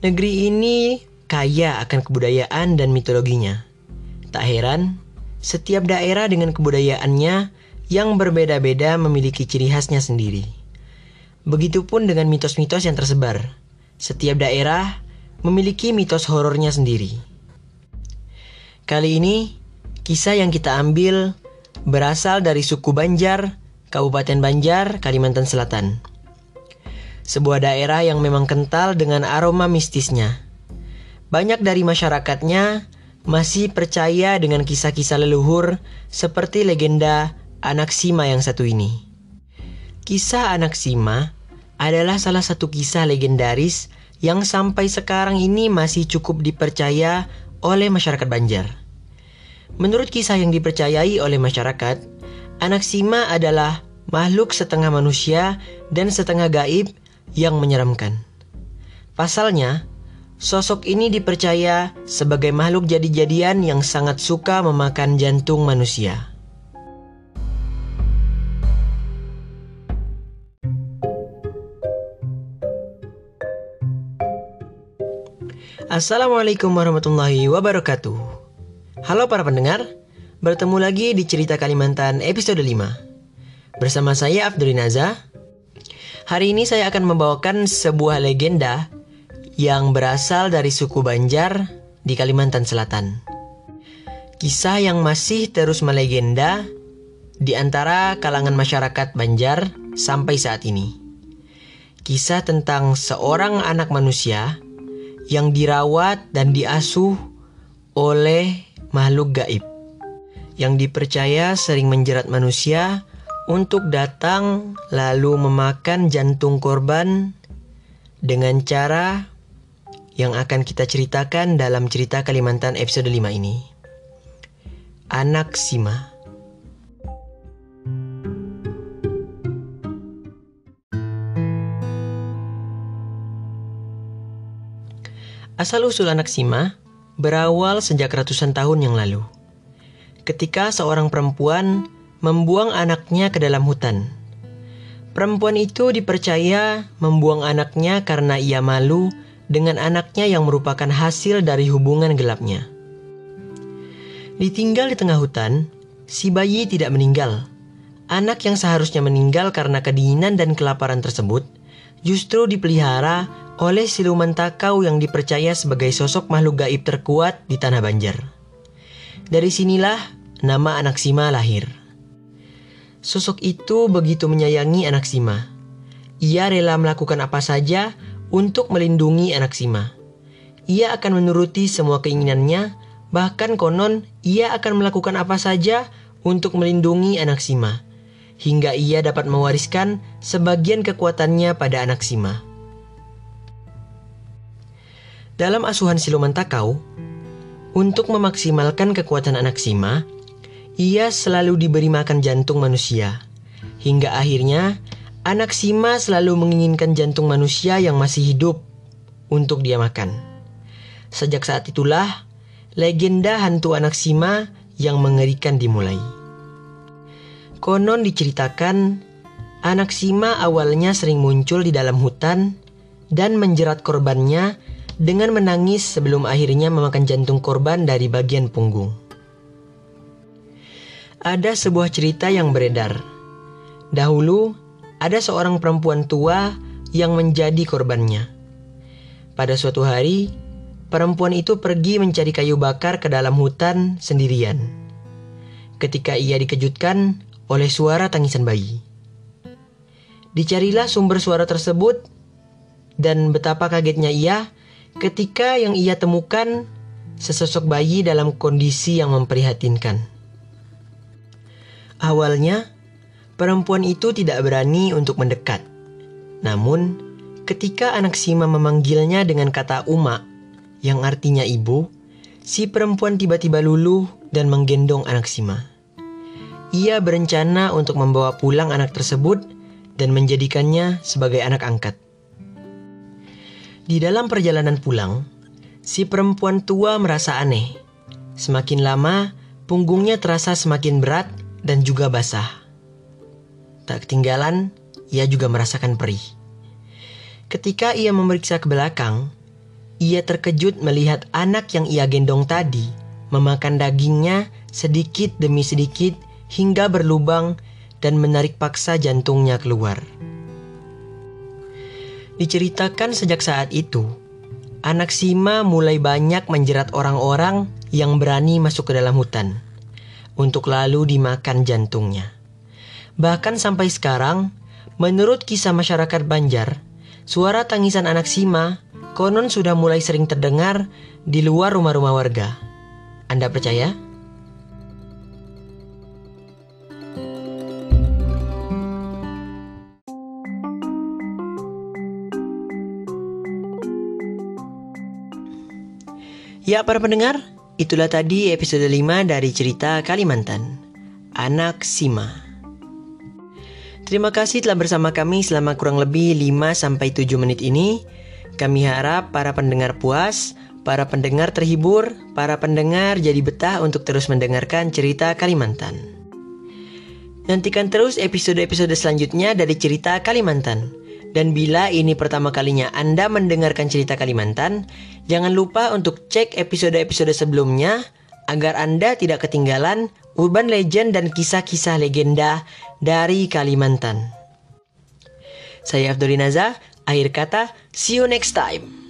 Negeri ini kaya akan kebudayaan dan mitologinya. Tak heran, setiap daerah dengan kebudayaannya yang berbeda-beda memiliki ciri khasnya sendiri. Begitupun dengan mitos-mitos yang tersebar. Setiap daerah memiliki mitos horornya sendiri. Kali ini, kisah yang kita ambil berasal dari suku Banjar, Kabupaten Banjar, Kalimantan Selatan. Sebuah daerah yang memang kental dengan aroma mistisnya. Banyak dari masyarakatnya masih percaya dengan kisah-kisah leluhur seperti legenda Anak Sima yang satu ini. Kisah Anak Sima adalah salah satu kisah legendaris yang sampai sekarang ini masih cukup dipercaya oleh masyarakat Banjar. Menurut kisah yang dipercayai oleh masyarakat, Anak Sima adalah makhluk setengah manusia dan setengah gaib yang menyeramkan. Pasalnya, sosok ini dipercaya sebagai makhluk jadi-jadian yang sangat suka memakan jantung manusia. Assalamualaikum warahmatullahi wabarakatuh. Halo para pendengar, bertemu lagi di Cerita Kalimantan episode 5. Bersama saya Afdurinaza. Hari ini saya akan membawakan sebuah legenda yang berasal dari suku Banjar di Kalimantan Selatan. Kisah yang masih terus melegenda di antara kalangan masyarakat Banjar sampai saat ini. Kisah tentang seorang anak manusia yang dirawat dan diasuh oleh makhluk gaib yang dipercaya sering menjerat manusia untuk datang lalu memakan jantung korban dengan cara yang akan kita ceritakan dalam Cerita Kalimantan episode 5 ini. Anak Sima. Asal-usul Anak Sima berawal sejak ratusan tahun yang lalu. Ketika seorang perempuan membuang anaknya ke dalam hutan. Perempuan itu dipercaya membuang anaknya karena ia malu dengan anaknya yang merupakan hasil dari hubungan gelapnya. Ditinggal di tengah hutan, si bayi tidak meninggal. Anak yang seharusnya meninggal karena kedinginan dan kelaparan tersebut justru dipelihara oleh siluman takau yang dipercaya sebagai sosok makhluk gaib terkuat di tanah Banjar. Dari sinilah nama Anak Sima lahir. Sosok itu begitu menyayangi Anak Sima. Ia rela melakukan apa saja untuk melindungi Anak Sima. Ia akan menuruti semua keinginannya, bahkan konon ia akan melakukan apa saja untuk melindungi Anak Sima, hingga ia dapat mewariskan sebagian kekuatannya pada Anak Sima. Dalam asuhan siluman takau, untuk memaksimalkan kekuatan Anak Sima, ia selalu diberi makan jantung manusia. Hingga akhirnya, Anak Sima selalu menginginkan jantung manusia yang masih hidup untuk dia makan. Sejak saat itulah, legenda hantu Anak Sima yang mengerikan dimulai. Konon diceritakan, Anak Sima awalnya sering muncul di dalam hutan dan menjerat korbannya dengan menangis sebelum akhirnya memakan jantung korban dari bagian punggung. Ada sebuah cerita yang beredar. Dahulu, ada seorang perempuan tua yang menjadi korbannya. Pada suatu hari, perempuan itu pergi mencari kayu bakar ke dalam hutan sendirian. Ketika ia dikejutkan oleh suara tangisan bayi. Dicarilah sumber suara tersebut, dan betapa kagetnya ia ketika yang ia temukan sesosok bayi dalam kondisi yang memprihatinkan. Awalnya, perempuan itu tidak berani untuk mendekat. Namun, ketika Anak Sima memanggilnya dengan kata Uma, yang artinya ibu, si perempuan tiba-tiba luluh dan menggendong Anak Sima. Ia berencana untuk membawa pulang anak tersebut dan menjadikannya sebagai anak angkat. Di dalam perjalanan pulang, si perempuan tua merasa aneh. Semakin lama, punggungnya terasa semakin berat dan juga basah. Tak ketinggalan, ia juga merasakan perih. Ketika ia memeriksa ke belakang, ia terkejut melihat anak yang ia gendong tadi memakan dagingnya sedikit demi sedikit hingga berlubang dan menarik paksa jantungnya keluar. Diceritakan sejak saat itu, anak Sima mulai banyak menjerat orang-orang yang berani masuk ke dalam hutan untuk lalu dimakan jantungnya. Bahkan sampai sekarang, menurut kisah masyarakat Banjar, suara tangisan anak Sima konon sudah mulai sering terdengar di luar rumah-rumah warga. Anda percaya? Ya para pendengar, itulah tadi episode 5 dari cerita Kalimantan, Anak Sima. Terima kasih telah bersama kami selama kurang lebih 5-7 menit ini. Kami harap para pendengar puas, para pendengar terhibur, para pendengar jadi betah untuk terus mendengarkan cerita Kalimantan. Nantikan terus episode-episode selanjutnya dari cerita Kalimantan. Dan bila ini pertama kalinya Anda mendengarkan cerita Kalimantan, jangan lupa untuk cek episode-episode sebelumnya agar Anda tidak ketinggalan urban legend dan kisah-kisah legenda dari Kalimantan. Saya Afdolinaza, akhir kata, see you next time.